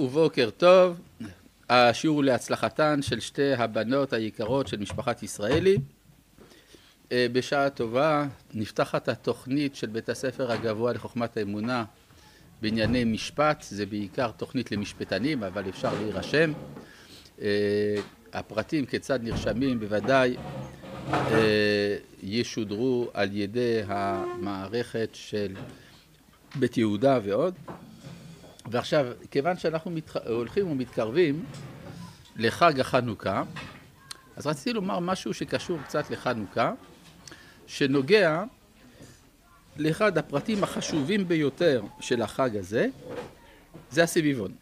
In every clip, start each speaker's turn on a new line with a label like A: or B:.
A: ובוקר טוב. השיעור הוא להצלחתן של שתי הבנות היקרות של משפחת ישראלי. בשעה טובה נפתחת התוכנית של בית הספר הגבוה לחוכמת האמונה בענייני משפט. זה בעיקר תוכנית למשפטנים, אבל אפשר להירשם. הפרטים כיצד נרשמים בוודאי ישודרו על ידי המערכת של בית יהודה ועוד. ועכשיו, כיוון שאנחנו הולכים ומתקרבים לחג החנוכה, אז רציתי לומר משהו שקשור קצת לחנוכה, שנוגע לאחד הפרטים החשובים ביותר של החג הזה, זה הסביבון.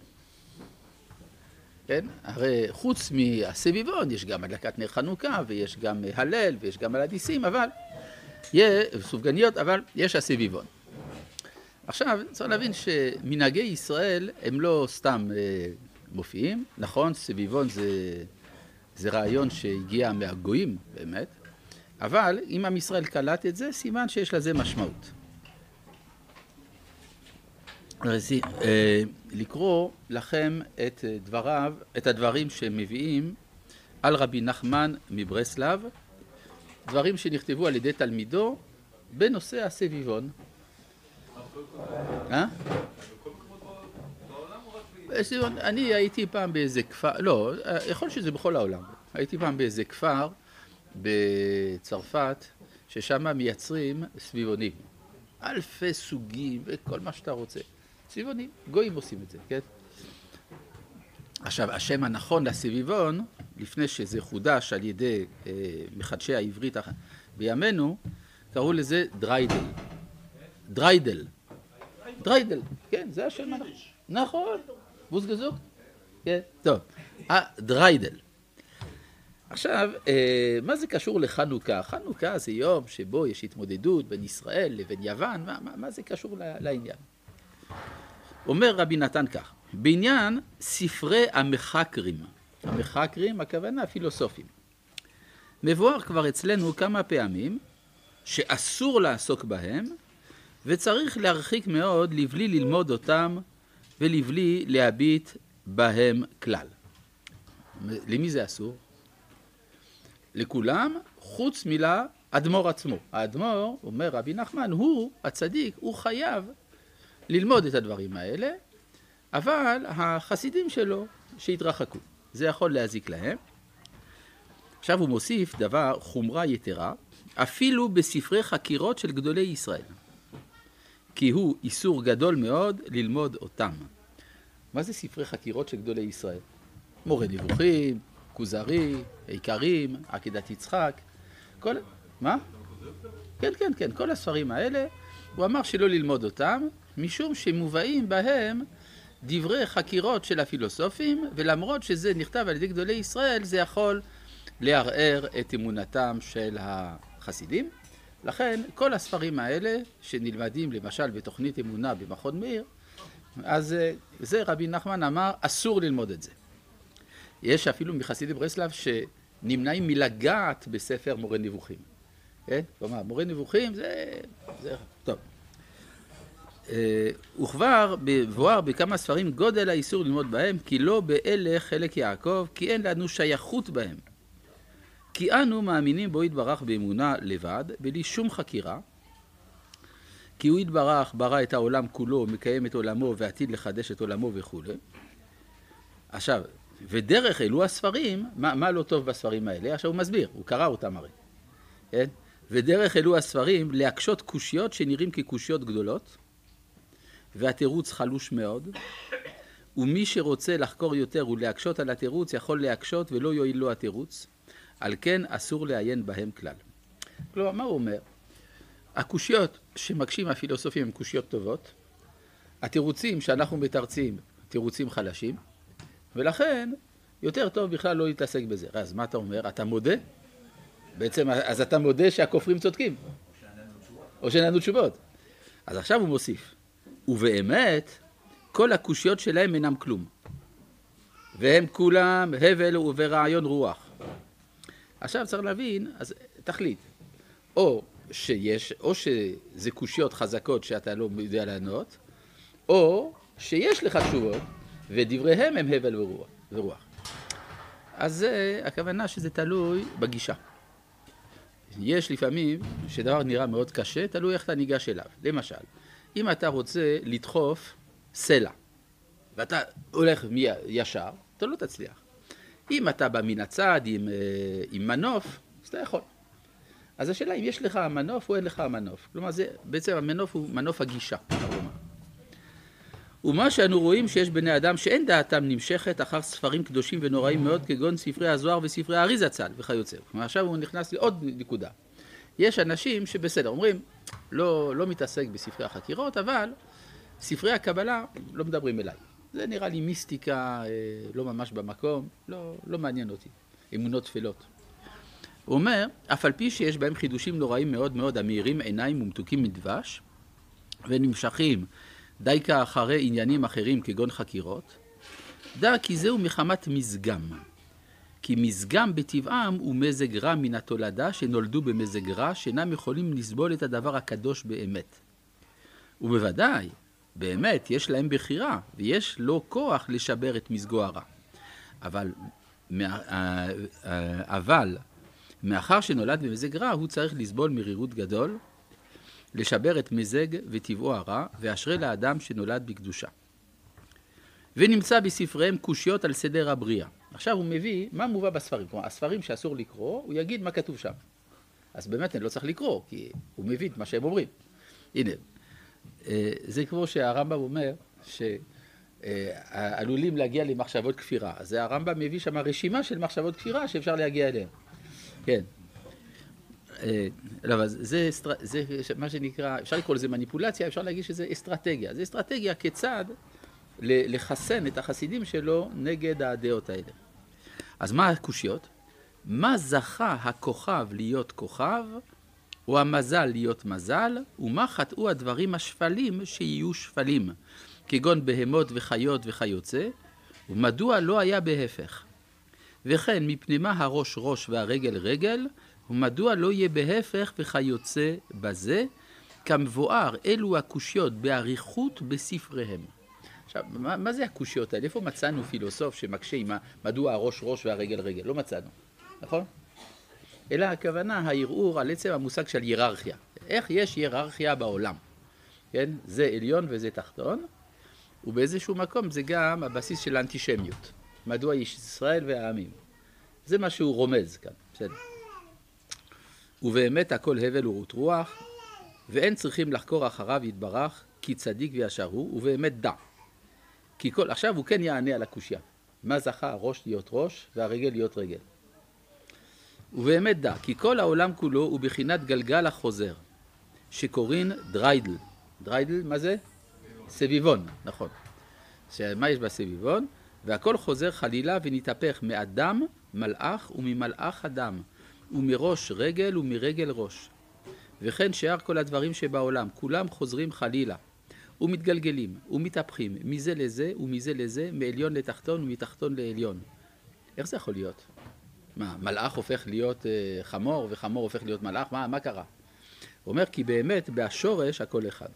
A: כן? הרי חוץ מהסביבון יש גם הדלקת נר חנוכה, ויש גם הלל, ויש גם הלדיסים, אבל סופגניות, אבל יש הסביבון. עכשיו, צריך להבין שמנהגי ישראל הם לא סתם מופיעים. נכון, סביבון זה רעיון שהגיע מהגויים באמת, אבל אם עם ישראל קלט את זה, סימן שיש לזה משמעות. לקרוא לכם את הדברים שמביאים על רבי נחמן מברסלב, דברים שנכתבו על ידי תלמידו בנושא הסביבון. אני הייתי פעם באיזה כפר, לא, יכול להיות שזה בכל העולם. הייתי פעם באיזה כפר בצרפת, ששם מייצרים סביבונים. אלפי סוגים וכל מה שאתה רוצה. סביבונים, גויים עושים את זה, כן? עכשיו, השם הנכון לסביבון, לפני שזה חודש על ידי מחדשי העברית בימינו, קראו לזה דריידל. דריידל, כן, זה השם הנכון. נכון, בוסגזוק? כן, טוב. דריידל. עכשיו, מה זה קשור לחנוכה? חנוכה זה יום שבו יש התמודדות בין ישראל לבין יוון, מה זה קשור לעניין? אומר רבי נתן כך, בעניין ספרי המחקרים, המחקרים הכוונה פילוסופים, מבואר כבר אצלנו כמה פעמים שאסור לעסוק בהם, וצריך להרחיק מאוד לבלי ללמוד אותם ולבלי להביט בהם כלל. למי זה אסור? לכולם, חוץ לאדמו"ר עצמו. האדמו"ר, אומר רבי נחמן, הוא הצדיק, הוא חייב ללמוד את הדברים האלה, אבל החסידים שלו שהתרחקו. זה יכול להזיק להם. עכשיו הוא מוסיף דבר חומרה יתרה, אפילו בספרי חקירות של גדולי ישראל. כי הוא איסור גדול מאוד ללמוד אותם. מה זה ספרי חקירות של גדולי ישראל? מורה נבוכים, כוזרי, עיקרים, עקדת יצחק, מה? כן, כל הספרים האלה, הוא אמר שלא ללמוד אותם, משום שמובאים בהם דברי חקירות של הפילוסופים, ולמרות שזה נכתב על ידי גדולי ישראל, זה יכול לערער את אמונתם של החסידים. לכן, כל הספרים האלה שנלמדים למשל בתוכנית אמונה במכון מאיר, אז זה רבי נחמן אמר, אסור ללמוד את זה. יש אפילו מחסידי ברסלב שנמנעים מלגעת בספר מורה נבוכים. כן? כלומר, מורה נבוכים זה טוב. וכבר מבואר בכמה ספרים גודל האיסור ללמוד בהם, כי לא באלה חלק יעקב, כי אין לנו שייכות בהם. כי אנו מאמינים בו יתברך באמונה לבד, בלי שום חקירה, כי הוא יתברך ברא את העולם כולו, מקיים את עולמו ועתיד לחדש את עולמו וכו'. עכשיו, ודרך אלו הספרים, מה לא טוב בספרים האלה? עכשיו הוא מסביר, הוא קרא אותם הרי. כן? ודרך אלו הספרים להקשות קושיות שנראים כקושיות גדולות, והתירוץ חלוש מאוד, ומי שרוצה לחקור יותר ולהקשות על התירוץ יכול להקשות ולא יועיל לו התירוץ, על כן אסור לעיין בהם כלל. כלומר, מה הוא אומר? הקושיות שמקשים הפילוסופים הם קושיות טובות, התירוצים שאנחנו מתרצים, תירוצים חלשים, ולכן יותר טוב בכלל לא להתעסק בזה. אז מה אתה אומר? אתה מודה? בעצם, אז אתה מודה שהכופרים צודקים. או שאין לנו תשובות. אז עכשיו הוא מוסיף. ובאמת, כל הקושיות שלהם אינם כלום. והם כולם הבל וברעיון רוח. עכשיו צריך להבין, אז תחליט. או שזה קושיות חזקות שאתה לא יודע לענות, או שיש לך תשובות, ודבריהם הם הבל ורוח. אז הכוונה שזה תלוי בגישה. יש לפעמים שדבר נראה מאוד קשה, תלוי איך אתה ניגש אליו. למשל, אם אתה רוצה לדחוף סלע, ואתה הולך ישר, אתה לא תצליח. אם אתה בא מן הצד עם מנוף, אז אתה יכול. אז השאלה אם יש לך המנוף או אין לך המנוף. כלומר, בעצם המנוף הוא מנוף הגישה. ומה שאנו רואים שיש בני אדם שאין דעתם נמשכת אחר ספרים קדושים ונוראים מאוד, כגון ספרי הזוהר וספרי האריזה צל וכיוצא. כלומר, עכשיו הוא נכנס לעוד נקודה. יש אנשים שבסדר, אומרים, לא מתעסק בספרי החקירות, אבל ספרי הקבלה לא מדברים אליי. זה נראה לי מיסטיקה, לא ממש במקום, לא מעניין אותי. אמונות תפלות. הוא אומר, אף על פי שיש בהם חידושים נוראים מאוד מאוד, המאירים עיניים ומתוקים מדבש, ונמשכים דייקה אחרי עניינים אחרים כגון חקירות, דע כי זהו מחמת מזגם. כי מזגם בטבעם הוא מזג רע מן התולדה שנולדו במזג רע, שאינם יכולים לסבול את הדבר הקדוש באמת. ובוודאי, באמת יש להם בחירה, ויש לו כוח לשבר את מזגו הרע. אבל מאחר שנולד במזג רע, הוא צריך לסבול מרירות גדול, לשבר את מזג וטבעו הרע, ואשרי לאדם שנולד בקדושה. ונמצא בספריהם קושיות על סדר הבריאה. עכשיו הוא מביא מה מובא בספרים. כלומר, הספרים שאסור לקרוא, הוא יגיד מה כתוב שם. אז באמת אני לא צריך לקרוא, כי הוא מביא את מה שהם אומרים. הנה, זה כמו שהרמב"ם אומר, שעלולים להגיע למחשבות כפירה. אז הרמב"ם מביא שם רשימה של מחשבות כפירה שאפשר להגיע אליהן. כן. לא, אז זה מה שנקרא, אפשר לקרוא לזה מניפולציה, אפשר להגיד שזה אסטרטגיה. זה אסטרטגיה כיצד לחסן את החסידים שלו נגד הדעות האלה. אז מה הקושיות? מה זכה הכוכב להיות כוכב, או המזל להיות מזל, ומה חטאו הדברים השפלים שיהיו שפלים, כגון בהמות וחיות וכיוצא, ומדוע לא היה בהפך? וכן, מפני מה הראש ראש והרגל רגל, ומדוע לא יהיה בהפך וכיוצא בזה, כמבואר אלו הקושיות באריכות בספריהם. עכשיו, מה זה הקושיות האלה? איפה מצאנו פילוסוף שמקשה עם מדוע הראש ראש והרגל רגל? לא מצאנו, נכון? אלא הכוונה הערעור על עצם המושג של היררכיה. איך יש היררכיה בעולם? כן? זה עליון וזה תחתון, ובאיזשהו מקום זה גם הבסיס של האנטישמיות. מדוע יש ישראל והעמים? זה מה שהוא רומז כאן, בסדר. ובאמת הכל הבל ורות רוח, ואין צריכים לחקור אחריו יתברך, כי צדיק וישר הוא, ובאמת דע. כי עכשיו הוא כן יענה על הקושיה. מה זכה הראש להיות ראש והרגל להיות רגל? ובאמת דע, כי כל העולם כולו הוא בחינת גלגל החוזר, שקוראים דריידל. דריידל, מה זה? סביבון, נכון. מה יש בסביבון? והכל חוזר חלילה ונתהפך מאדם מלאך וממלאך אדם, ומראש רגל ומרגל ראש. וכן שאר כל הדברים שבעולם, כולם חוזרים חלילה, ומתגלגלים, ומתהפכים, מזה לזה ומזה לזה, מעליון לתחתון ומתחתון לעליון. איך זה יכול להיות? מה, מלאך הופך להיות חמור, וחמור הופך להיות מלאך? מה קרה? הוא אומר, כי באמת בהשורש הכל אחד.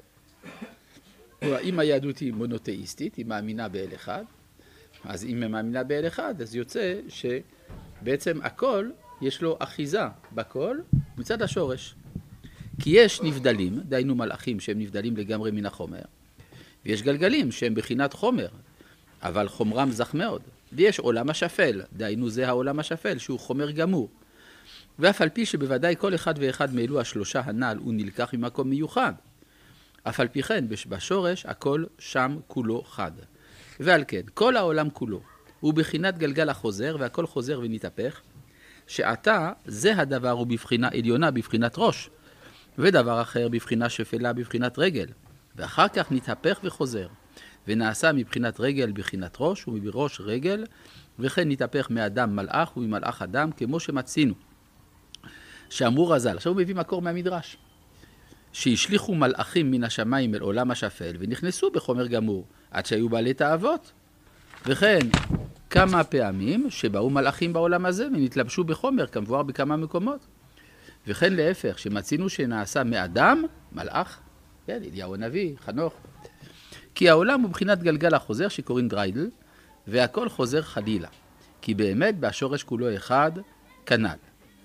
A: אם היהדות היא מונותאיסטית, היא מאמינה באל אחד, אז אם היא מאמינה באל אחד, אז יוצא שבעצם הכל, יש לו אחיזה בכל מצד השורש. כי יש נבדלים, דיינו מלאכים שהם נבדלים לגמרי מן החומר, ויש גלגלים שהם בחינת חומר, אבל חומרם זך מאוד. ויש עולם השפל, דיינו זה העולם השפל, שהוא חומר גמור. ואף על פי שבוודאי כל אחד ואחד מאלו השלושה הנ"ל הוא נלקח ממקום מיוחד. אף על פי כן, בשורש הכל שם כולו חד. ועל כן, כל העולם כולו הוא בחינת גלגל החוזר, והכל חוזר ונתהפך, שעתה זה הדבר הוא בבחינה עליונה, בבחינת ראש, ודבר אחר בבחינה שפלה, בבחינת רגל, ואחר כך נתהפך וחוזר, ונעשה מבחינת רגל בבחינת ראש, ומבראש רגל, וכן נתהפך מאדם מלאך וממלאך אדם, כמו שמצינו. שאמרו רז"ל, עכשיו הוא מביא מקור מהמדרש, שהשליחו מלאכים מן השמיים אל עולם השפל, ונכנסו בחומר גמור, עד שהיו בעלי תאוות. וכן, כמה פעמים שבאו מלאכים בעולם הזה, ונתלבשו בחומר, כמבואר בכמה מקומות. וכן להפך, שמצינו שנעשה מאדם, מלאך, כן, אליהו הנביא, חנוך. כי העולם הוא בחינת גלגל החוזר שקוראים דריידל, והכל חוזר חלילה, כי באמת בשורש כולו אחד כנ"ל.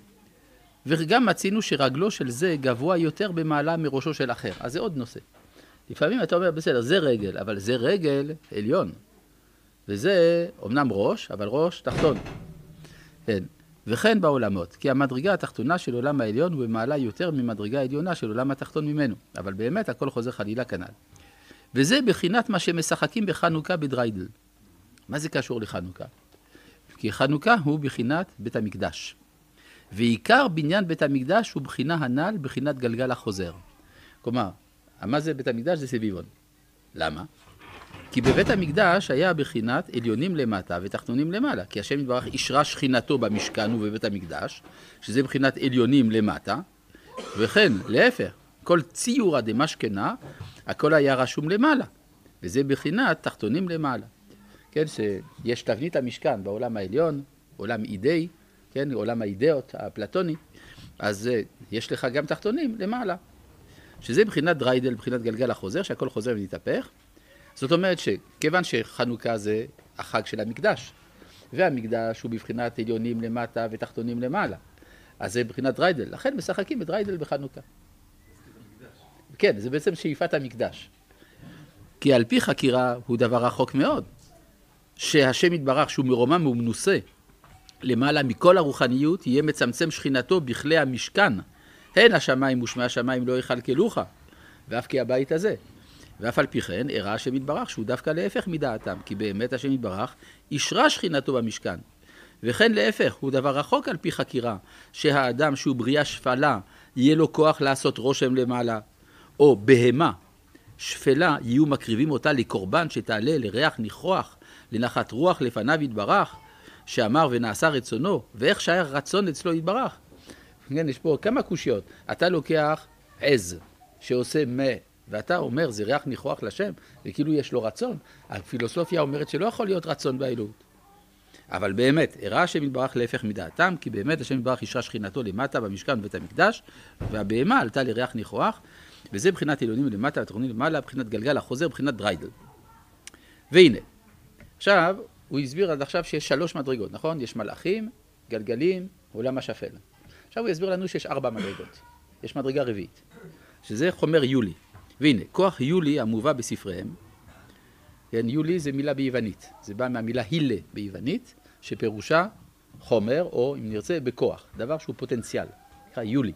A: וגם מצינו שרגלו של זה גבוה יותר במעלה מראשו של אחר. אז זה עוד נושא. לפעמים אתה אומר, בסדר, זה רגל, אבל זה רגל עליון. וזה אומנם ראש, אבל ראש תחתון. כן. וכן בעולמות, כי המדרגה התחתונה של עולם העליון הוא במעלה יותר ממדרגה העליונה של עולם התחתון ממנו. אבל באמת הכל חוזר חלילה כנ"ל. וזה בחינת מה שמשחקים בחנוכה בדריידל. מה זה קשור לחנוכה? כי חנוכה הוא בחינת בית המקדש. ועיקר בניין בית המקדש הוא בחינה הנ"ל, בחינת גלגל החוזר. כלומר, מה זה בית המקדש? זה סביבון. למה? כי בבית המקדש היה בחינת עליונים למטה ותחתונים למעלה. כי השם יתברך אישרה שכינתו במשכן ובבית המקדש, שזה בחינת עליונים למטה, וכן, להפך, כל ציורא דמשכנה, הכל היה רשום למעלה. וזה בחינת תחתונים למעלה. כן, שיש תבנית המשכן בעולם העליון, עולם אידאי, כן, עולם האידאות הפלטוני, אז יש לך גם תחתונים למעלה. שזה בחינת דריידל, בחינת גלגל החוזר, שהכל חוזר ומתהפך. זאת אומרת שכיוון שחנוכה זה החג של המקדש, והמקדש הוא בבחינת עליונים למטה ותחתונים למעלה, אז זה בחינת דריידל. לכן משחקים בדריידל בחנוכה. כן, זה בעצם שאיפת המקדש. כי על פי חקירה הוא דבר רחוק מאוד. שהשם יתברך שהוא מרומם ומנוסה, למעלה מכל הרוחניות יהיה מצמצם שכינתו בכלי המשכן. הן השמיים ושמי השמיים לא יכלכלוך, ואף כי הבית הזה. ואף על פי כן הראה השם יתברך שהוא דווקא להפך מדעתם, כי באמת השם יתברך אישרה שכינתו במשכן. וכן להפך, הוא דבר רחוק על פי חקירה, שהאדם שהוא בריאה שפלה, יהיה לו כוח לעשות רושם למעלה, או בהמה שפלה יהיו מקריבים אותה לקורבן שתעלה לריח ניחוח, לנחת רוח לפניו יתברך, שאמר ונעשה רצונו, ואיך שהיה רצון אצלו יתברך. כן, יש פה כמה קושיות. אתה לוקח עז שעושה מה, ואתה אומר זה ריח ניחוח לשם, וכאילו יש לו רצון. הפילוסופיה אומרת שלא יכול להיות רצון באלוהות. אבל באמת, הראה השם יתברך להפך מדעתם, כי באמת השם יתברך אישרה שכינתו למטה במשכן ובית המקדש, והבהמה עלתה לריח ניחוח, וזה בחינת עליונים למטה ותחתונים למעלה, בחינת גלגל החוזר, בחינת דריידל. והנה, עכשיו הוא הסביר עד עכשיו שיש 3 מדרגות, נכון? יש מלאכים, גלגלים, עולם השפל. עכשיו הוא יסביר לנו שיש 4 מדרגות. יש מדרגה רביעית, שזה חומר יולי. והנה, כוח יולי המובא בספריהם, כן, יולי זה מילה ביוונית, זה בא מהמילה הילה ביוונית, שפירושה חומר, או אם נרצה, בכוח, דבר שהוא פוטנציאל, נקרא יולי.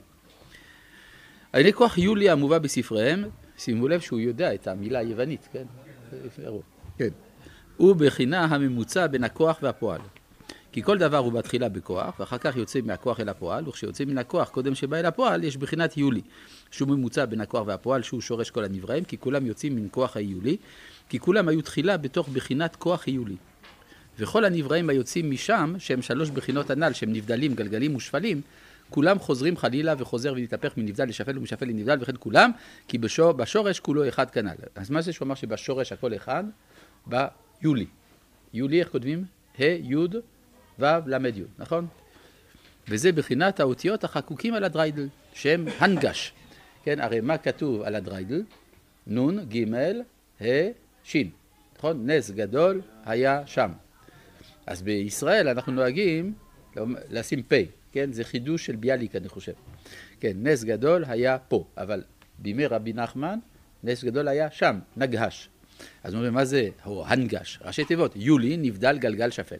A: הנה כוח יולי המובא בספריהם, שימו לב שהוא יודע את המילה היוונית, כן? כן. הוא בחינה הממוצע בין הכוח והפועל. כי כל דבר הוא בתחילה בכוח, ואחר כך יוצא מהכוח אל הפועל, וכשיוצא מן הכוח קודם שבא אל הפועל, יש בחינת יולי, שהוא ממוצע בין הכוח והפועל, שהוא שורש כל הנבראים, כי כולם יוצאים מן כוח היולי, כי כולם היו תחילה בתוך בחינת כוח היולי. וכל הנבראים היוצאים משם, שהם 3 בחינות הנ"ל, שהם נבדלים, גלגלים ושפלים, כולם חוזרים חלילה וחוזר ונתהפך מנבדל לשפל ומשפל לנבדל, וכן כולם, כי בשורש כולו אחד כנ"ל. אז מה זה שהוא אמר שבשורש הכל אחד? ביולי. יולי, איך כותבים? ה' י' ו' ל' י', נכון? וזה בחינת האותיות החקוקים על הדריידל, שהם הנגש. כן, הרי מה כתוב על הדריידל? נון, ג', ה', ש', נכון? נס גדול היה שם. אז בישראל אנחנו נוהגים לשים פ', כן? זה חידוש של ביאליק, אני חושב. כן, נס גדול היה פה, אבל בימי רבי נחמן, נס גדול היה שם, נגהש. אז אומרים, מה זה? הנגש. ראשי תיבות, יולי נבדל גלגל שפל.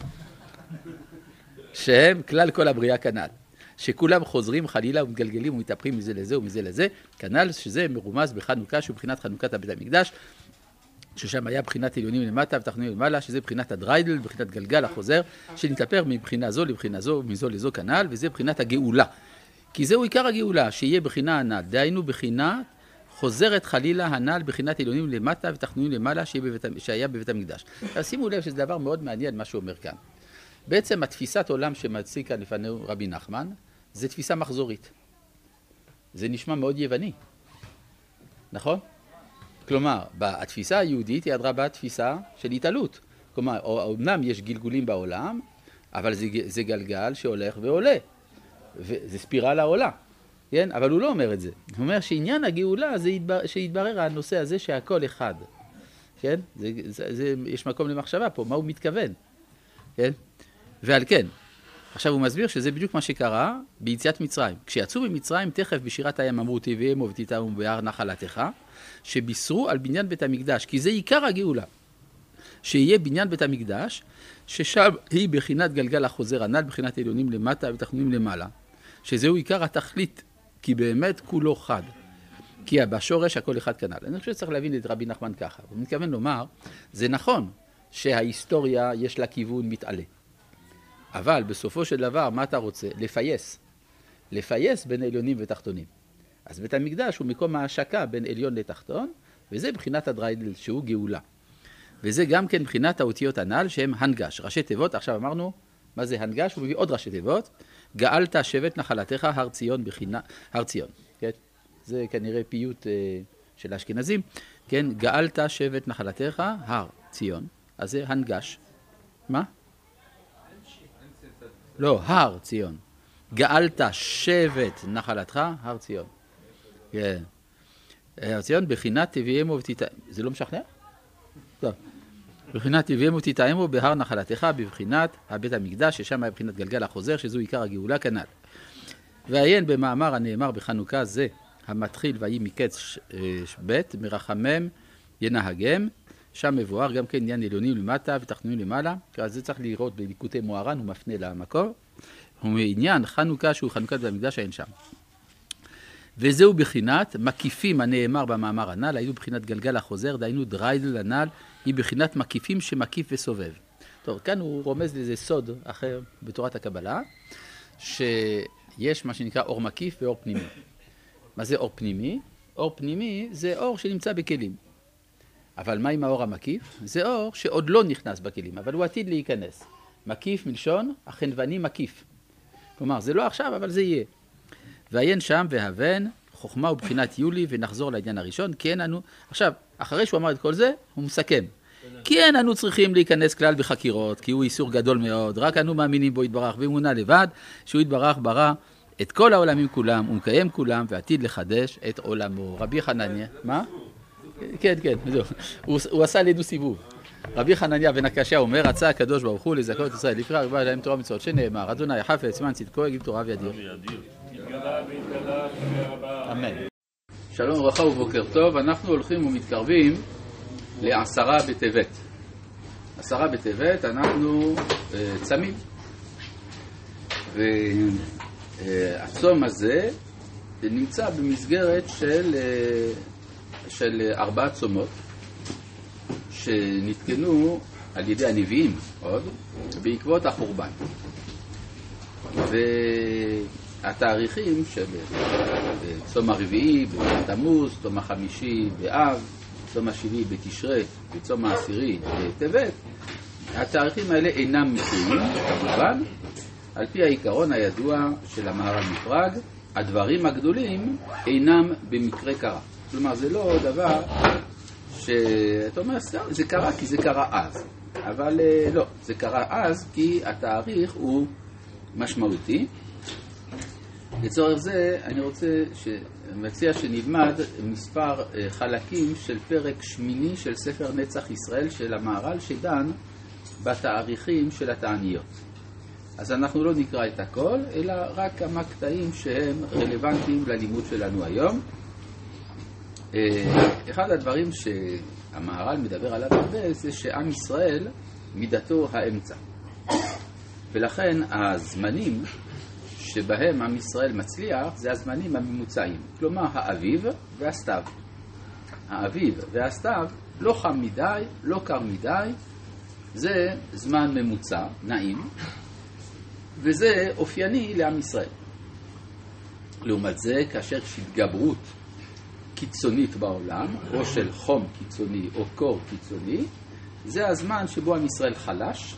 A: שהם כלל כל הבריאה כנ"ל. שכולם חוזרים חלילה ומתגלגלים ומתהפכים מזה לזה ומזה לזה, כנ"ל שזה מרומז בחנוכה, שהוא בחינת חנוכת בית המקדש, ששם היה בחינת עליונים למטה ותחתונים למעלה, שזה בחינת הדריידל, בחינת גלגל החוזר, שנתהפך מבחינה זו לבחינה זו, מזו לזו כנ"ל, וזה בחינת הגאולה. כי זהו עיקר הגאולה, שיהיה בחינה הנ"ל, דהיינו בחינה חוזרת חלילה הנ"ל, בחינת עליונים למטה ותחתונים למעלה, שהיה בבית המקדש. אז שימו לב שזה דבר מאוד מעניין מה שהוא אומר כאן. בעצם התפיסת עולם שמציג כאן לפנינו רבי נחמן, זה תפיסה מחזורית. זה נשמע מאוד יווני, נכון? כלומר, התפיסה היהודית היא אדרבה תפיסה של התעלות. כלומר, אמנם יש גלגולים בעולם, אבל זה גלגל שהולך ועולה. וזה ספירלה עולה, כן? אבל הוא לא אומר את זה. הוא אומר שעניין הגאולה זה שיתברר הנושא הזה שהכל אחד. כן? יש מקום למחשבה פה, מה הוא מתכוון, כן? ועל כן, עכשיו הוא מסביר שזה בדיוק מה שקרה ביציאת מצרים. כשיצאו ממצרים, תכף בשירת הים אמרו תביאמו ותטעמו בהר נחלתך, שבישרו על בניין בית המקדש, כי זה עיקר הגאולה. שיהיה בניין בית המקדש, ששם היא בחינת גלגל החוזר הנ"ל, בחינת עליונים למטה ותחתונים למעלה. שזהו עיקר התכלית, כי באמת כולו חד. כי בשורש הכל אחד כנ"ל. אני חושב שצריך להבין את רבי נחמן ככה. הוא מתכוון לומר, זה נכון שההיסטוריה יש לה כיוון מתעלה. אבל בסופו של דבר, מה אתה רוצה? לפייס. לפייס בין עליונים ותחתונים. אז בית המקדש הוא מקום ההשקה בין עליון לתחתון, וזה בחינת הדריידל שהוא גאולה. וזה גם כן בחינת האותיות הנ"ל שהם הנגש, ראשי תיבות. עכשיו אמרנו, מה זה הנגש? הוא מביא עוד ראשי תיבות. גאלת שבט נחלתך הר ציון בחינה, הר ציון. כן? זה כנראה פיוט של האשכנזים. כן? גאלת שבט נחלתך הר ציון. אז זה הנגש. מה? לא, הר ציון. גאלת שבט נחלתך הר ציון. כן. הר ציון בחינת תביאמו ותטעמו. זה לא משכנע? טוב. בבחינת תביאמו ותטעמו בהר נחלתך, בבחינת הבית המקדש, ששם היה בחינת גלגל החוזר, שזו עיקר הגאולה כנ"ל. ועיין במאמר הנאמר בחנוכה זה, המתחיל ויהי מקץ ב' מרחמם ינהגם, שם מבואר גם כן עניין עליונים למטה ותחתונים למעלה, אז זה צריך לראות בליקוטי מוהר"ן, הוא מפנה למקור, הוא מעניין חנוכה שהוא חנוכת בית המקדש אין שם. וזהו בחינת מקיפים הנאמר במאמר הנ"ל, היו בחינת גלגל החוזר, דהיינו דריידל הנ"ל, היא בחינת מקיפים שמקיף וסובב. טוב, כאן הוא רומז לזה סוד אחר בתורת הקבלה, שיש מה שנקרא אור מקיף ואור פנימי. מה זה אור פנימי? אור פנימי זה אור שנמצא בכלים. אבל מה עם האור המקיף? זה אור שעוד לא נכנס בכלים, אבל הוא עתיד להיכנס. מקיף מלשון, החנווני מקיף. כלומר, זה לא עכשיו, אבל זה יהיה. ועיין שם והבן, חוכמה ובחינת יולי, ונחזור לעניין הראשון, כי אין אנו... עכשיו, אחרי שהוא אמר את כל זה, הוא מסכם. כי אין אנו צריכים להיכנס כלל בחקירות, כי הוא איסור גדול מאוד, רק אנו מאמינים בו יתברך, ואמונה לבד, שהוא יתברך ברא את כל העולמים כולם, ומקיים כולם, ועתיד לחדש את עולמו. רבי חנניה, מה? כן, כן, הוא עשה לנו סיבוב. רבי חנניה בן הקשיא אומר, רצה הקדוש ברוך הוא לזכות את ישראל, לקרוא הרבה להם תורה ומצוות, שנאמר, אדוני חפץ למען צדקו, יגיב תורה וידיר. אמן. שלום וברכה ובוקר טוב, אנחנו הולכים ומתקרבים לעשרה בטבת. עשרה בטבת אנחנו צמים. והצום הזה נמצא במסגרת של 4 צומות שנתקנו על ידי הנביאים עוד בעקבות החורבן. והתאריכים של צום הרביעי בתמוז, צום החמישי באב, צום השביעי בתשרי וצום העשירי בטבת, התאריכים האלה אינם מקויים כמובן, על פי העיקרון הידוע של המהר"ל מפראג, הדברים הגדולים אינם במקרה קרה. כלומר, זה לא דבר שאתה אומר, זה קרה כי זה קרה אז. אבל לא, זה קרה אז כי התאריך הוא משמעותי. לצורך זה אני מציע שנלמד מספר חלקים של פרק 8 של ספר נצח ישראל של המהר"ל שדן בתאריכים של התעניות. אז אנחנו לא נקרא את הכל, אלא רק כמה קטעים שהם רלוונטיים ללימוד שלנו היום. אחד הדברים שהמהר"ל מדבר עליו הרבה זה שעם ישראל מידתו האמצע. ולכן הזמנים שבהם עם ישראל מצליח זה הזמנים הממוצעים. כלומר האביב והסתיו. האביב והסתיו לא חם מדי, לא קר מדי, זה זמן ממוצע, נעים, וזה אופייני לעם ישראל. לעומת זה, כאשר יש התגברות קיצונית בעולם, או של חום קיצוני או קור קיצוני, זה הזמן שבו עם ישראל חלש,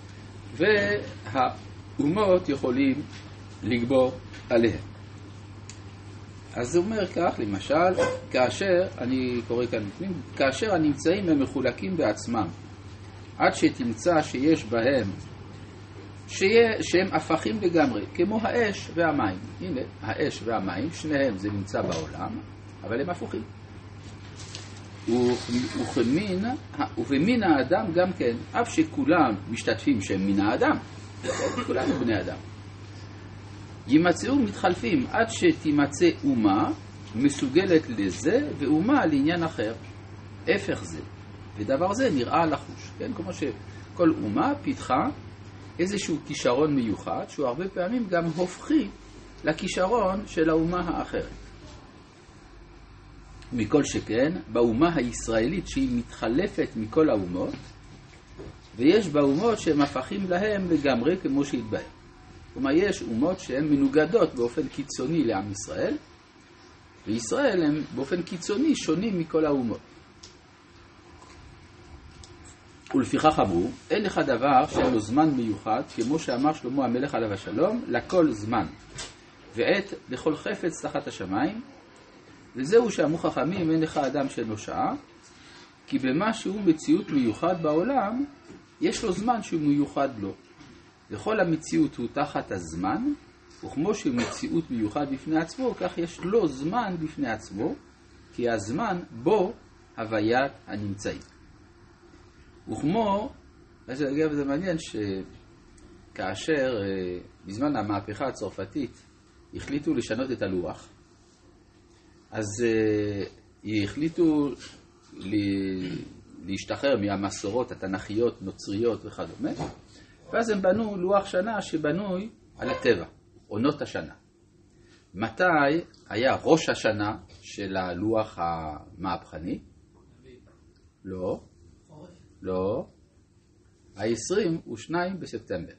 A: והאומות יכולים לגבור עליהם. אז זה אומר כך, למשל, כאשר, אני קורא כאן בפנים, כאשר הנמצאים הם מחולקים בעצמם, עד שתמצא שיש בהם, שהם הפכים לגמרי, כמו האש והמים. הנה, האש והמים, שניהם זה נמצא בעולם, אבל הם הפוכים. ובמין האדם גם כן, אף שכולם משתתפים שהם מן האדם, כולנו בני אדם, יימצאו מתחלפים עד שתימצא אומה מסוגלת לזה ואומה לעניין אחר, הפך זה, ודבר זה נראה לחוש, כן? כמו שכל אומה פיתחה איזשהו כישרון מיוחד, שהוא הרבה פעמים גם הופכי לכישרון של האומה האחרת. מכל שכן, באומה הישראלית שהיא מתחלפת מכל האומות, ויש באומות שהם הפכים להם לגמרי כמו שהתבהר. כלומר, יש אומות שהן מנוגדות באופן קיצוני לעם ישראל, וישראל הם באופן קיצוני שונים מכל האומות. ולפיכך אמרו, אין לך דבר שאין לו זמן מיוחד, כמו שאמר שלמה המלך עליו השלום, לכל זמן, ועת לכל חפץ תחת השמיים, וזהו שאמרו חכמים, אין לך אדם שאין לו שעה, כי במה שהוא מציאות מיוחד בעולם, יש לו זמן שהוא מיוחד לו. וכל המציאות הוא תחת הזמן, וכמו שהוא מציאות מיוחד בפני עצמו, כך יש לו זמן בפני עצמו, כי הזמן בו הוויית הנמצאים. וכמו, אגב זה מעניין שכאשר בזמן המהפכה הצרפתית החליטו לשנות את הלוח, אז החליטו להשתחרר מהמסורות התנ"כיות, נוצריות וכדומה, ואז הם בנו לוח שנה שבנוי על הטבע, עונות השנה. מתי היה ראש השנה של הלוח המהפכני? לא. ה-22 בספטמבר.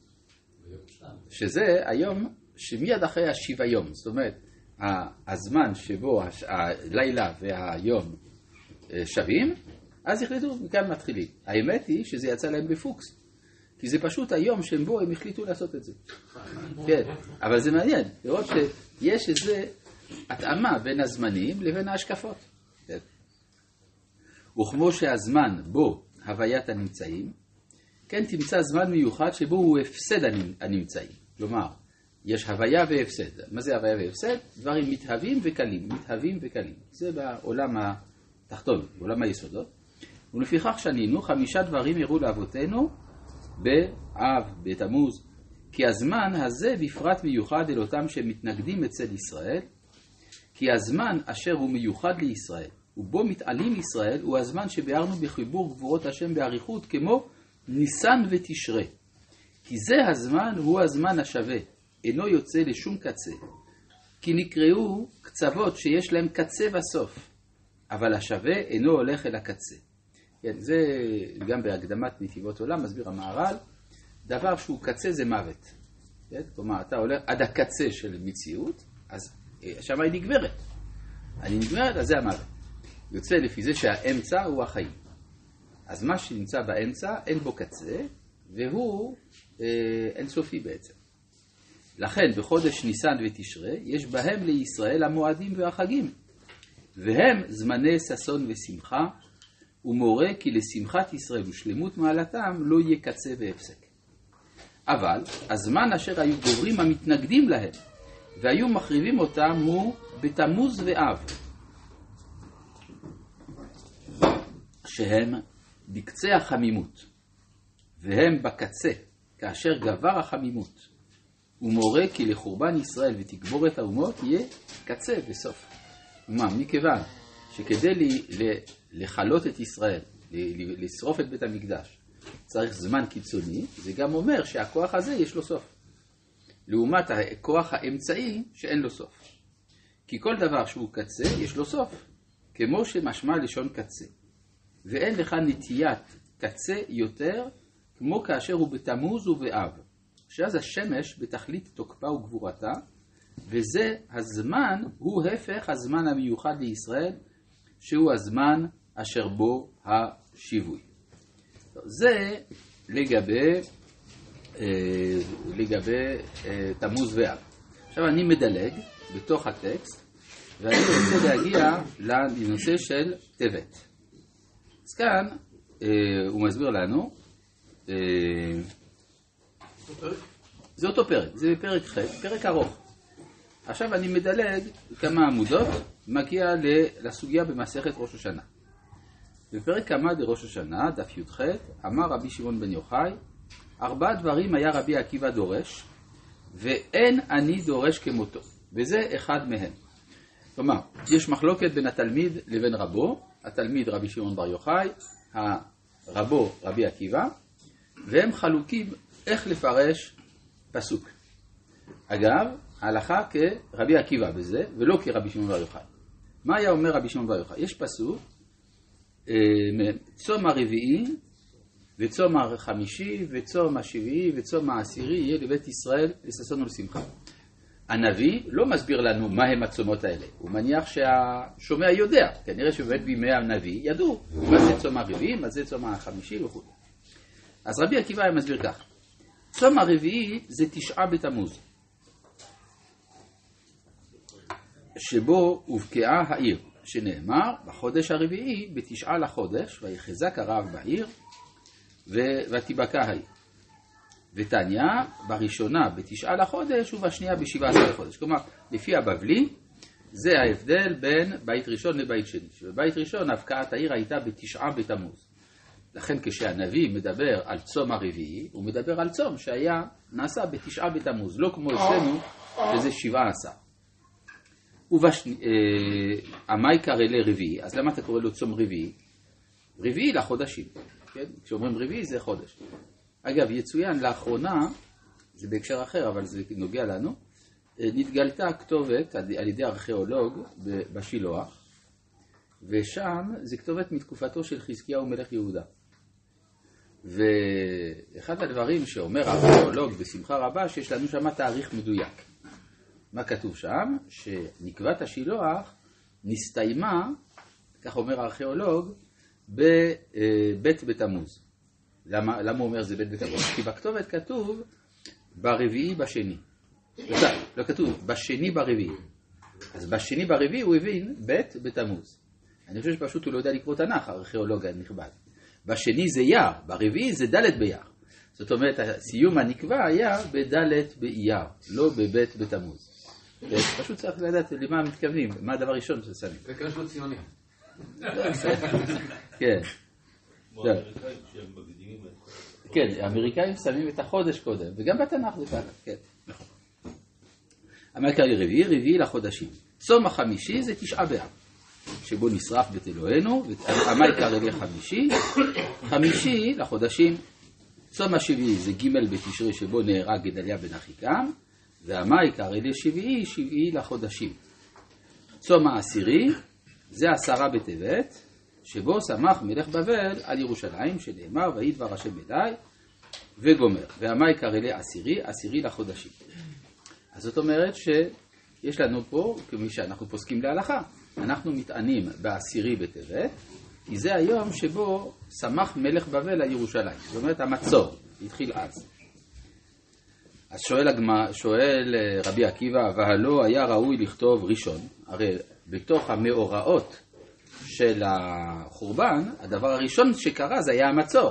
A: שזה היום שמיד אחרי השוויון. זאת אומרת, הזמן שבו הלילה והיום שווים, אז החליטו מכאן מתחילים. האמת היא שזה יצא להם בפוקס. כי זה פשוט היום שבו הם החליטו לעשות את זה. כן, אבל זה מעניין. לראות שיש איזו התאמה בין הזמנים לבין ההשקפות. כן. וכמו שהזמן בו הוויית הנמצאים, כן תמצא זמן מיוחד שבו הוא הפסד הנמצאים. כלומר, יש הוויה והפסד. מה זה הוויה והפסד? דברים מתהווים וקלים. זה בעולם התחתון, בעולם היסודות. ולפיכך שנינו 5 דברים הראו לאבותינו באב, בתמוז, כי הזמן הזה בפרט מיוחד אל אותם שמתנגדים אצל ישראל, כי הזמן אשר הוא מיוחד לישראל, ובו מתעלים ישראל, הוא הזמן שביארנו בחיבור גבורות השם בעריכות, כמו ניסן ותשרה. כי זה הזמן הוא הזמן השווה, אינו יוצא לשום קצה. כי נקראו קצוות שיש להם קצה וסוף, אבל השווה אינו הולך אל הקצה. כן, זה גם בהקדמת נתיבות עולם, מסביר המהר"ל, דבר שהוא קצה זה מוות. כן? כלומר, אתה הולך עד הקצה של מציאות, אז שם היא נגמרת. אני נגמרת, אז זה המוות. יוצא לפי זה שהאמצע הוא החיים. אז מה שנמצא באמצע אין בו קצה, והוא אינסופי בעצם. לכן בחודש ניסן ותשרה יש בהם לישראל המועדים והחגים, והם זמני ששון ושמחה, ומורה כי לשמחת ישראל ושלמות מעלתם לא יהיה קצה והפסק. אבל הזמן אשר היו גוברים המתנגדים להם והיו מחריבים אותם הוא בתמוז ואב, שהם בקצה החמימות, והם בקצה כאשר גבר החמימות. ומורה כי לחורבן ישראל ותגבורת האומות יהיה קצה וסוף. מכיוון שכדי לחלות את ישראל, לשרוף את בית המקדש, צריך זמן קיצוני, זה גם אומר שהכוח הזה יש לו סוף. לעומת הכוח האמצעי שאין לו סוף. כי כל דבר שהוא קצה יש לו סוף, כמו שמשמע לשון קצה. ואין לך נטיית קצה יותר, כמו כאשר הוא בתמוז ובאב. שאז השמש בתכלית תוקפה וגבורתה, וזה הזמן, הוא הפך הזמן המיוחד לישראל, שהוא הזמן אשר בו השיווי. זה לגבי תמוז ואב. עכשיו אני מדלג בתוך הטקסט, ואני רוצה להגיע לנושא של טבת. אז כאן הוא מסביר לנו, זה אותו פרק, זה פרק ח', פרק ארוך. עכשיו אני מדלג כמה עמודות, מגיע לסוגיה במסכת ראש השנה. בפרק כמה דראש השנה, דף י"ח, אמר רבי שמעון בן יוחאי, 4 דברים היה רבי עקיבא דורש, ואין אני דורש כמותו, וזה אחד מהם. כלומר, יש מחלוקת בין התלמיד לבין רבו, התלמיד רבי שמעון בר יוחאי, הרבו רבי עקיבא, והם חלוקים איך לפרש פסוק. אגב, ההלכה כרבי עקיבא בזה, ולא כרבי שמעון בר יוחאי. מה היה אומר רבי שמעון בר יוחאי? יש פסוק, צום הרביעי, וצום החמישי, וצום השביעי, וצום העשירי, יהיה לבית ישראל לששון ולשמחה. הנביא לא מסביר לנו מה הם הצומות האלה. הוא מניח שהשומע יודע. כנראה שבאמת בימי הנביא ידעו מה זה צום הרביעי, מה זה צום החמישי וכו'. אז רבי עקיבא היה מסביר כך. צום הרביעי זה 9 בתמוז, שבו הובקעה העיר, שנאמר בחודש הרביעי, ב9 לחודש, ויחזק הרעב בעיר, ותיבקע העיר. ותניא, בראשונה ב9 לחודש, ובשנייה ב17 לחודש. כלומר, לפי הבבלי, זה ההבדל בין בית ראשון לבית שני. שבבית ראשון, הבקעת העיר הייתה ב9 בתמוז. לכן כשהנביא מדבר על צום הרביעי, הוא מדבר על צום שהיה נעשה ב9 בתמוז, לא כמו אצלנו, שזה 17. המאי קרא לרביעי, אז למה אתה קורא לו צום רביעי? רביעי לחודשים, כן? כשאומרים רביעי זה חודש. אגב, יצוין לאחרונה, זה בהקשר אחר, אבל זה נוגע לנו, נתגלתה כתובת על ידי ארכיאולוג בשילוח, ושם זה כתובת מתקופתו של חזקיהו מלך יהודה. ואחד הדברים שאומר הארכיאולוג בשמחה רבה, שיש לנו שם תאריך מדויק. מה כתוב שם? שנקבת השילוח נסתיימה, כך אומר הארכיאולוג, בבית בתמוז. למה הוא אומר זה בית בתמוז? כי בכתובת כתוב ברביעי בשני. לא כתוב בשני ברביעי. אז בשני ברביעי הוא הבין בית בתמוז. אני חושב שפשוט הוא לא יודע לקרוא תנ"ך, הארכיאולוג הנכבד. בשני זה יר, ברביעי זה ד' באייר. זאת אומרת, סיום הנקבה היה בד' באייר, לא בבית בתמוז. פשוט צריך לדעת למה מתכוונים, מה הדבר הראשון ששמים.
B: זה כאן של ציונים.
A: כן. כן, האמריקאים שמים את החודש קודם, וגם בתנ"ך זה ככה, כן, נכון. המקרה רביעי לחודשים. צום החמישי זה 9 באב, שבו נשרף בית אלוהינו, המקרה רביעי חמישי לחודשים. צום השביעי זה ג' בתשרי, שבו נהרג גדליה בן אחיקם, והמקרה רביעי שביעי לחודשים. צום העשירי זה 10 בטבת, שבו שמח מלך בבל על ירושלים, שנאמר וידבר השם אליי, וגומר. והמקרה רביעי עשירי לחודשים. אז זאת אומרת שיש לנו פה, כמי שאנחנו פוסקים להלכה, אנחנו מתענים בעשירי בטבת, כי זה היום שבו שמח מלך בבל על ירושלים. זאת אומרת המצור, התחיל אז. אז שואל רבי עקיבא, והלא היה ראוי לכתוב ראשון, הרי בתוך המאורעות של החורבן, הדבר הראשון שקרה זה היה המצור.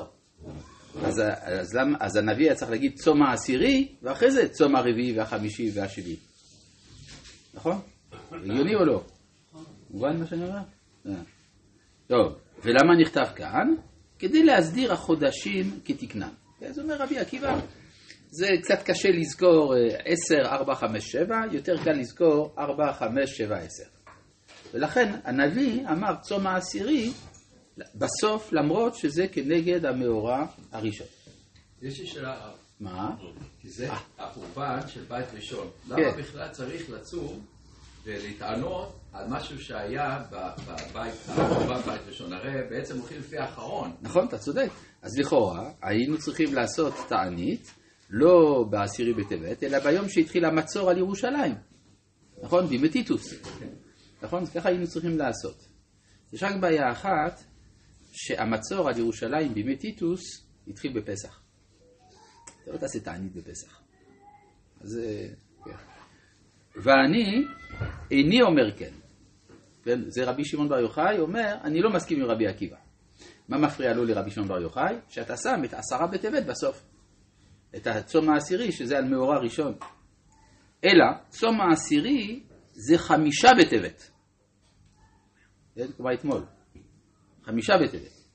A: אז הנביא היה צריך להגיד צום העשירי, ואחרי זה צום הרביעי והחמישי והשביעי. נכון? הגיוני או לא? מובן מה שאני אומר? טוב, ולמה נכתב כאן? כדי להסדיר החודשים כתקנם. אז אומר רבי עקיבא, זה קצת קשה לזכור 10, 4, 5, 7, יותר קל לזכור 4, 5, 7, 10. ולכן הנביא אמר צום העשירי בסוף, למרות שזה כנגד המאורע הראשון.
B: יש לי שאלה.
A: מה?
B: כי זה החורבן של בית ראשון.
A: כן.
B: למה בכלל צריך לצום ולהתענות על משהו שהיה בחורבן בית ראשון? הרי בעצם הולכים לפי האחרון.
A: נכון, אתה צודק. אז לכאורה היינו צריכים לעשות תענית, לא בעשירי בטבת, אלא ביום שהתחיל המצור על ירושלים. נכון? בימי טיטוס. נכון? אז ככה היינו צריכים לעשות. יש רק בעיה אחת, שהמצור על ירושלים בימי טיטוס התחיל בפסח. אתה לא תעשה תענית בפסח. אז כן. ואני איני אומר כן. זה רבי שמעון בר יוחאי אומר, אני לא מסכים עם רבי עקיבא. מה מפריע לו לרבי שמעון בר יוחאי? שאתה שם את 10 בטבת בסוף. את הצום העשירי, שזה על מאורע ראשון. אלא, צום העשירי זה 5 בטבת. כלומר אתמול. 5 בטבת.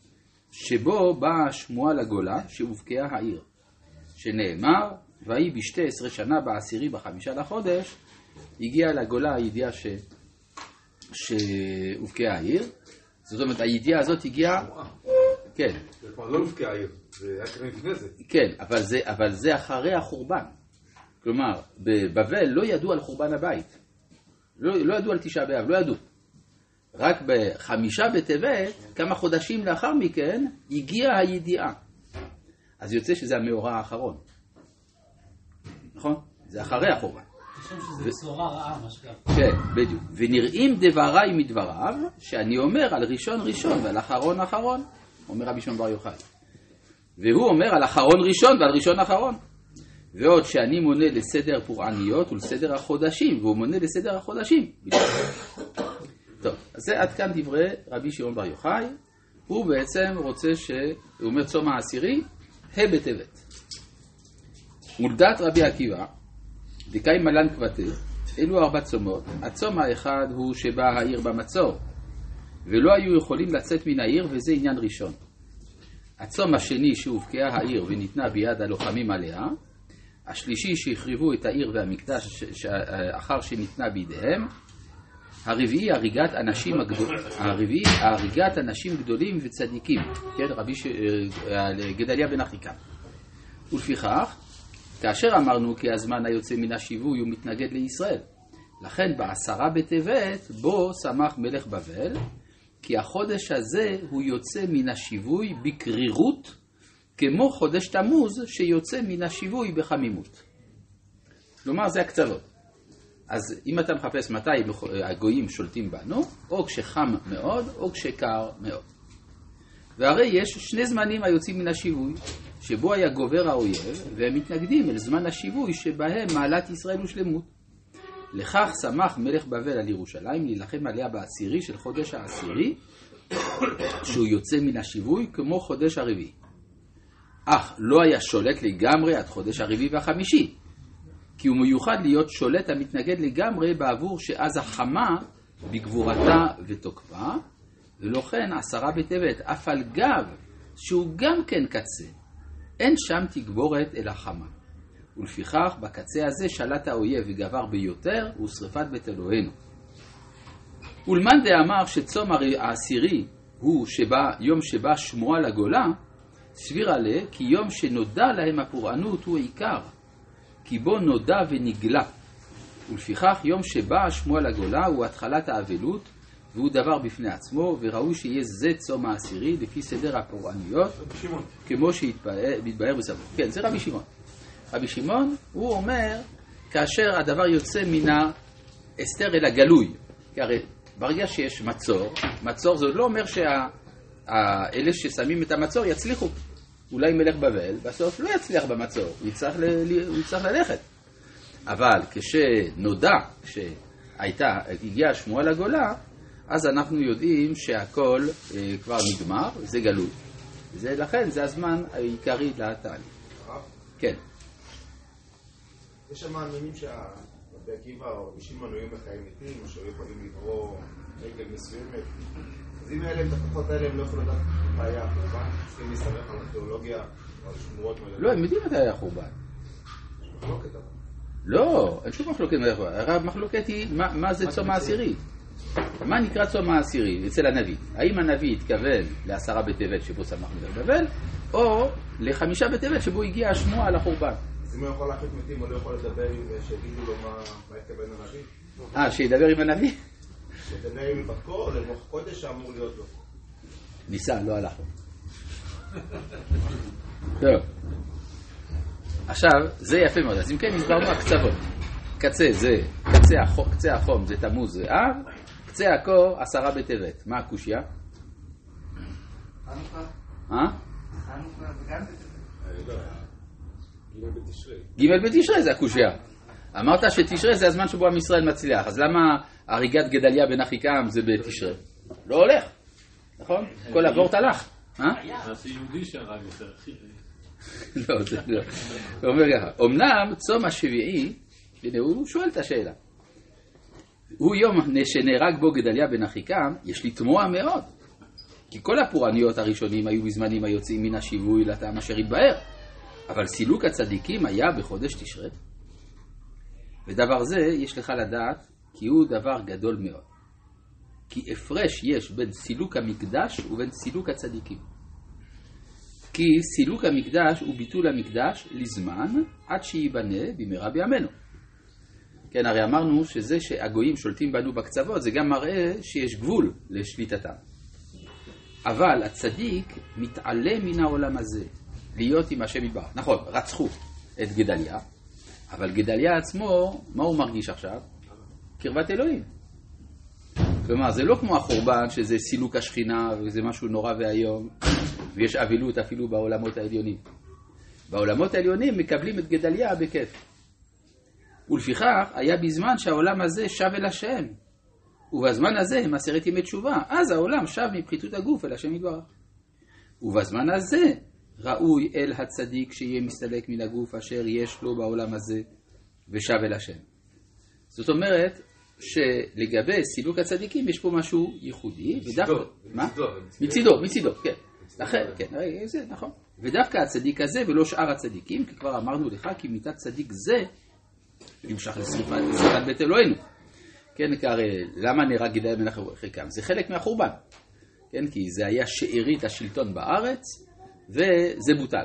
A: שבו באה שמועה לגולה שהובקעה העיר, שנאמר, והיא ב12 שנה ב10 ב5 לחודש, הגיעה לגולה הידיעה שהובקעה העיר. זאת אומרת, הידיעה הזאת הגיעה... כן.
C: זה כבר לא הובקעה העיר, זה היה כנראה לפני זה.
A: כן, אבל זה אחרי החורבן. כלומר, בבבל לא ידעו על חורבן הבית. לא ידעו על תשעה באב, לא ידעו. רק ב5 בטבת, כמה חודשים לאחר מכן, הגיעה הידיעה. אז יוצא שזה המאורע האחרון. נכון? זה אחרי החורבן.
D: חושב שזה בשורה רעה, מה שקרה.
A: כן, בדיוק. ונראים דבריי מדבריו, שאני אומר על ראשון ראשון ועל אחרון אחרון, אומר רבי שמעון בר יוחאי. והוא אומר על אחרון ראשון ועל ראשון אחרון. ועוד שאני מונה לסדר פורעניות ולסדר החודשים, והוא מונה לסדר החודשים. טוב, אז זה עד כאן דברי רבי שמעון בר יוחאי. הוא בעצם רוצה הוא אומר צום העשירי, ה' בטבת. מולדת רבי עקיבא, דקאי מלן כבתי, אלו 4 צומות. הצום האחד הוא שבא העיר במצור, ולא היו יכולים לצאת מן העיר, וזה עניין ראשון. הצום השני שהובקעה העיר וניתנה ביד הלוחמים עליה, השלישי שהחריבו את העיר והמקדש אחר שניתנה בידיהם, הרביעי הריגת אנשים גדולים וצדיקים, כן, רבי גדליה בן אחיקם. ולפיכך, כאשר אמרנו כי הזמן היוצא מן השיווי הוא מתנגד לישראל, לכן ב10 בטבת בו שמח מלך בבל, כי החודש הזה הוא יוצא מן השיווי בקרירות, כמו חודש תמוז שיוצא מן השיווי בחמימות. כלומר, זה הקצוות. אז אם אתה מחפש מתי הגויים שולטים בנו, או כשחם מאוד, או כשקר מאוד. והרי יש 2 זמנים היוצאים מן השיווי, שבו היה גובר האויב, והם מתנגדים אל זמן השיווי שבהם מעלת ישראל ושלמות. לכך שמח מלך בבל על ירושלים להילחם עליה בעשירי של חודש העשירי, שהוא יוצא מן השיווי כמו חודש הרביעי. אך לא היה שולט לגמרי עד חודש הרביעי והחמישי, כי הוא מיוחד להיות שולט המתנגד לגמרי בעבור שאז החמה בגבורתה ותוקפה, ולכן 10 בטבת, אף על גב שהוא גם כן קצה, אין שם תגבורת אלא חמה. ולפיכך בקצה הזה שלט האויב וגבר ביותר, ושרפת בית אלוהינו. ולמאן דאמר שצום העשירי הוא יום שבא שמועה לגולה, סביר עליה כי יום שנודע להם הפורענות הוא עיקר, כי בו נודע ונגלה. ולפיכך יום שבא שמועה לגולה הוא התחלת האבלות, והוא דבר בפני עצמו, וראוי שיהיה זה צום העשירי לפי סדר הפורעניות, כמו שהתבהר בסבו. כן, זה רבי שמעון. רבי שמעון, הוא אומר, כאשר הדבר יוצא מן האסתר אל הגלוי, כי הרי ברגע שיש מצור זה לא אומר שאלה ששמים את המצור יצליחו. אולי מלך בבל בסוף לא יצליח במצור, הוא יצטרך ללכת. אבל כשנודע, כשהגיעה שמועה לגולה, אז אנחנו יודעים שהכל כבר נגמר, זה גלוי. לכן זה הזמן העיקרי לתהליך. כן.
E: יש שם מאמינים שהרבי עקיבא או רבי שמעון היו בחיים מתים, או שהיו יכולים לברוא רגל מסוימת. אז אם היה להם את הכוחות האלה, הם לא יכולים לדעת מה היה החורבן, צריכים להסתמך על התיאולוגיה או על שמועות מלאכות.
A: לא, הם יודעים מתי היה החורבן.
E: יש מחלוקת אבל.
A: לא, אין שום מחלוקת. המחלוקת היא מה זה צום העשירי. מה נקרא צום העשירי אצל הנביא? האם הנביא התכוון ל10 בטבת שבו שמח מלך בבל, או ל5 בטבת שבו הגיעה השמועה על החורבן?
E: אז אם הוא יכול להחליט מתים, או לא יכול לדבר שיגידו לו מה התכוון הנביא?
A: שידבר עם הנביא?
E: שידבר עם בקו או למוח קודש שאמור להיות לו?
A: ניסה, לא הלך. טוב. עכשיו, זה יפה מאוד. אז אם כן, הסברנו הקצוות. קצה החום זה תמוז ואב, קצה הקור 10 בטבת. מה הקושיה?
F: חנוכה. חנוכה זה גם בטבת.
A: ג' בתשרי זה הקושיה. אמרת שתשרי זה הזמן שבו עם ישראל מצליח, אז למה הריגת גדליה בן אחיקם זה בתשרי? לא הולך, נכון? כל אבורט הלך.
G: זה יהודי שהרג יותר.
A: לא, זה לא. הוא אומר ככה, אמנם צום השביעי, הנה הוא שואל את השאלה, הוא יום שנהרג בו גדליה בן אחיקם, יש לי תמוה מאוד. כי כל הפורעניות הראשונים היו בזמנים היוצאים מן השיווי לטעם אשר התבהר. אבל סילוק הצדיקים היה בחודש תשרי. ודבר זה יש לך לדעת כי הוא דבר גדול מאוד. כי הפרש יש בין סילוק המקדש ובין סילוק הצדיקים. כי סילוק המקדש הוא ביטול המקדש לזמן עד שיבנה במהרה בימינו. כן, הרי אמרנו שזה שהגויים שולטים בנו בקצוות זה גם מראה שיש גבול לשליטתם. אבל הצדיק מתעלם מן העולם הזה להיות עם השם יתברך. נכון, רצחו את גדליה, אבל גדליה עצמו, מה הוא מרגיש עכשיו? קרבת אלוהים. כלומר, זה לא כמו החורבן שזה סילוק השכינה וזה משהו נורא והיום, ויש אבילות אפילו בעולמות העליונים. בעולמות העליונים מקבלים את גדליה בכיף. ולפיכך היה בזמן שהעולם הזה שב אל השם. ובזמן הזה הם 10 ימי תשובה. אז העולם שב מפחיתות הגוף אל השם יתברך. ובזמן הזה ראוי אל הצדיק שיהיה מסתלק מן הגוף אשר יש לו בעולם הזה ושב אל השם. זאת אומרת שלגבי סילוק הצדיקים יש פה משהו ייחודי. מצידו, כן. זה נכון. ודווקא הצדיק הזה ולא שאר הצדיקים, כי כבר אמרנו לך כי מיתת צדיק זה נמשך לשריפת בית אלוהינו. כן, כי הרי למה נהרג גדליה בן אחיקם? זה חלק מהחורבן. כן, כי זה היה שארית השלטון בארץ, וזה בוטל.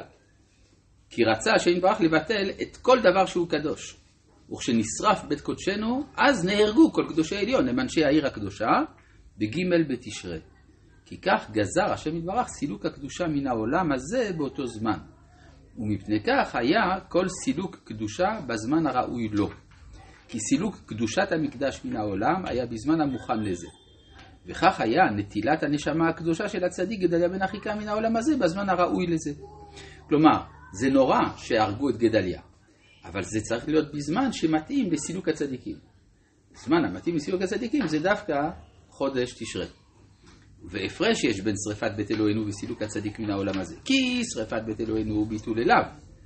A: כי רצה השם יתברך לבטל את כל דבר שהוא קדוש. וכשנשרף בית קודשנו, אז נהרגו כל קדושי עליון, הם אנשי העיר הקדושה, בג' בתשרי. כי כך גזר השם יתברך סילוק הקדושה מן העולם הזה באותו זמן. ומפני כך היה כל סילוק קדושה בזמן הראוי לו. כי סילוק קדושת המקדש מן העולם היה בזמן המוכן לזה. וכך היה נטילת הנשמה הקדושה של הצדיק גדליה בן אחיקם מן העולם הזה בזמן הראוי לזה. כלומר, זה נורא שהרגו את גדליה, אבל זה צריך להיות בזמן שמתאים לסילוק הצדיקים. בזמן המתאים לסילוק הצדיקים זה דווקא חודש תשרי. והפרש יש בין שריפת בית אלוהינו וסילוק הצדיק מן העולם הזה. כי שריפת בית אלוהינו הוא ביטול אליו,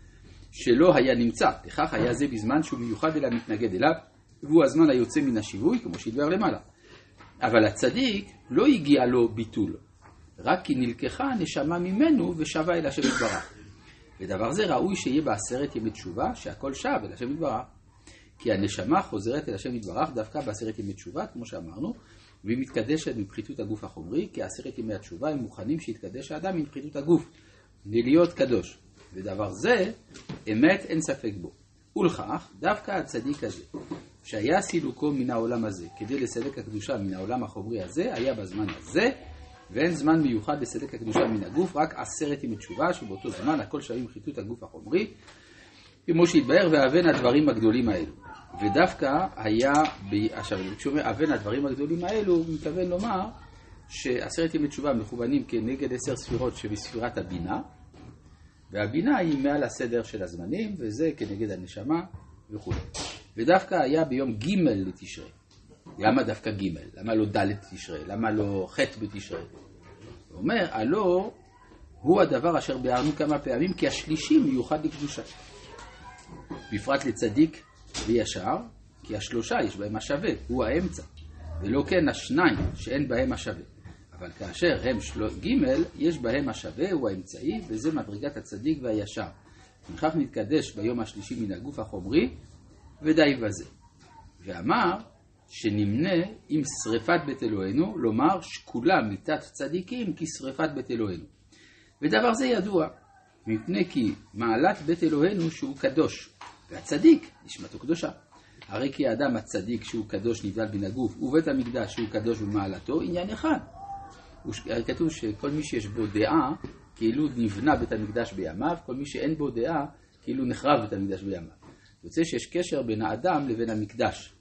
A: שלא היה נמצא. לכך היה זה בזמן שהוא מיוחד אליו מתנגד אליו, והוא הזמן היוצא מן השיווי, כמו שהדבר למעלה. אבל הצדיק לא הגיע לו ביטול, רק כי נלקחה הנשמה ממנו ושבה אל השם יתברך. ודבר זה ראוי שיהיה ב10 ימי תשובה, שהכל שב אל השם יתברך. כי הנשמה חוזרת אל השם יתברך דווקא ב10 ימי תשובה, כמו שאמרנו, והיא מתקדשת מפחיתות הגוף החומרי, כי 10 ימי התשובה הם מוכנים שיתקדש האדם מפחיתות הגוף, להיות קדוש. ודבר זה, אמת אין ספק בו. ולכך, דווקא הצדיק הזה, שהיה סילוקו מן העולם הזה, כדי לסלק הקדושה מן העולם החומרי הזה, היה בזמן הזה, ואין זמן מיוחד לסלק הקדושה מן הגוף, רק 10 ימי תשובה, שבאותו זמן הכל שווים פחיתות הגוף החומרי, כמו שהתבהר ואבן הדברים הגדולים האלו. ודווקא היה, עכשיו, כשאומר אבן הדברים הגדולים האלו, הוא מתכוון לומר ש10 ימי תשובה מכוונים כנגד 10 ספירות שבספירת הבינה, והבינה היא מעל הסדר של הזמנים, וזה כנגד הנשמה וכו'. ודווקא היה ביום ג' לתשרי. למה דווקא ג'? למה לא ד' תשרי? למה לא ח' בתשרי? הוא אומר, הלא הוא הדבר אשר ביארנו כמה פעמים, כי השלישי מיוחד לקדושה. בפרט לצדיק וישר, כי השלושה יש בהם השווה, הוא האמצע, ולא כן השניים שאין בהם השווה. אבל כאשר הם ג' יש בהם השווה, הוא האמצעי, וזה מדרגת הצדיק והישר. וכך נתקדש ביום השלישי מן הגוף החומרי, ודי בזה. ואמר שנמנה עם שריפת בית אלוהינו, לומר שקולה מיתת צדיקים כשריפת בית אלוהינו. ודבר זה ידוע, מפני כי מעלת בית אלוהינו שהוא קדוש, והצדיק נשמתו קדושה. הרי כי האדם הצדיק שהוא קדוש נבדל בין הגוף, ובית המקדש שהוא קדוש במעלתו, עניין אחד. כתוב שכל מי שיש בו דעה, כאילו נבנה בית המקדש בימיו, כל מי שאין בו דעה, כאילו נחרב בית המקדש בימיו. יוצא שיש קשר בין האדם לבין המקדש.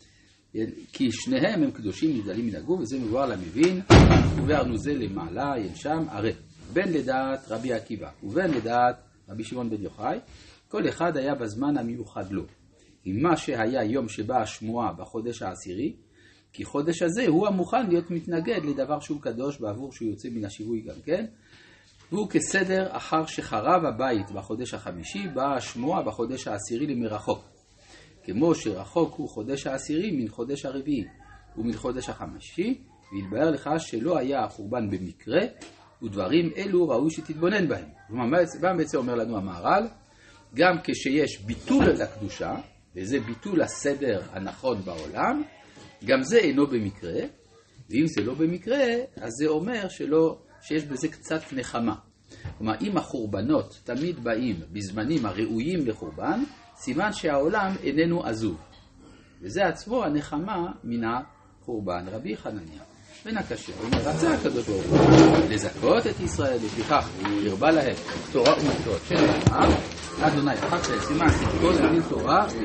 A: כי שניהם הם קדושים נבדלים מן הגוף, וזה מבואר למבין, וביארנו זה למעלה, ינשם, הרי. בין לדעת רבי עקיבא, ובין לדעת רבי שמעון בן יוחאי, כל אחד היה בזמן המיוחד לו. עם מה שהיה יום שבא השמועה בחודש העשירי, כי חודש הזה הוא המוכן להיות מתנגד לדבר שהוא קדוש בעבור שהוא יוצא מן השיווי גם כן, והוא כסדר אחר שחרב הבית בחודש החמישי, באה השמועה בחודש העשירי למרחוק. כמו שרחוק הוא חודש העשירי מן חודש הרביעי ומן חודש החמישי, והתבהר לך שלא היה החורבן במקרה, ודברים אלו ראוי שתתבונן בהם. כלומר, מה בעצם אומר לנו המהר"ל? גם כשיש ביטול לקדושה, וזה ביטול הסדר הנכון בעולם, גם זה אינו במקרה, ואם זה לא במקרה, אז זה אומר שיש בזה קצת נחמה. כלומר, אם החורבנות תמיד באים בזמנים הראויים לחורבן, סימן שהעולם איננו עזוב. וזה עצמו הנחמה מן החורבן. רבי חנניה בן הקשה, רצה הקדוש ברוך הוא לזכות את ישראל, לפיכך הרבה להם תורה ומצוות שנאמר, אדוני אחת סימן כל דין תורה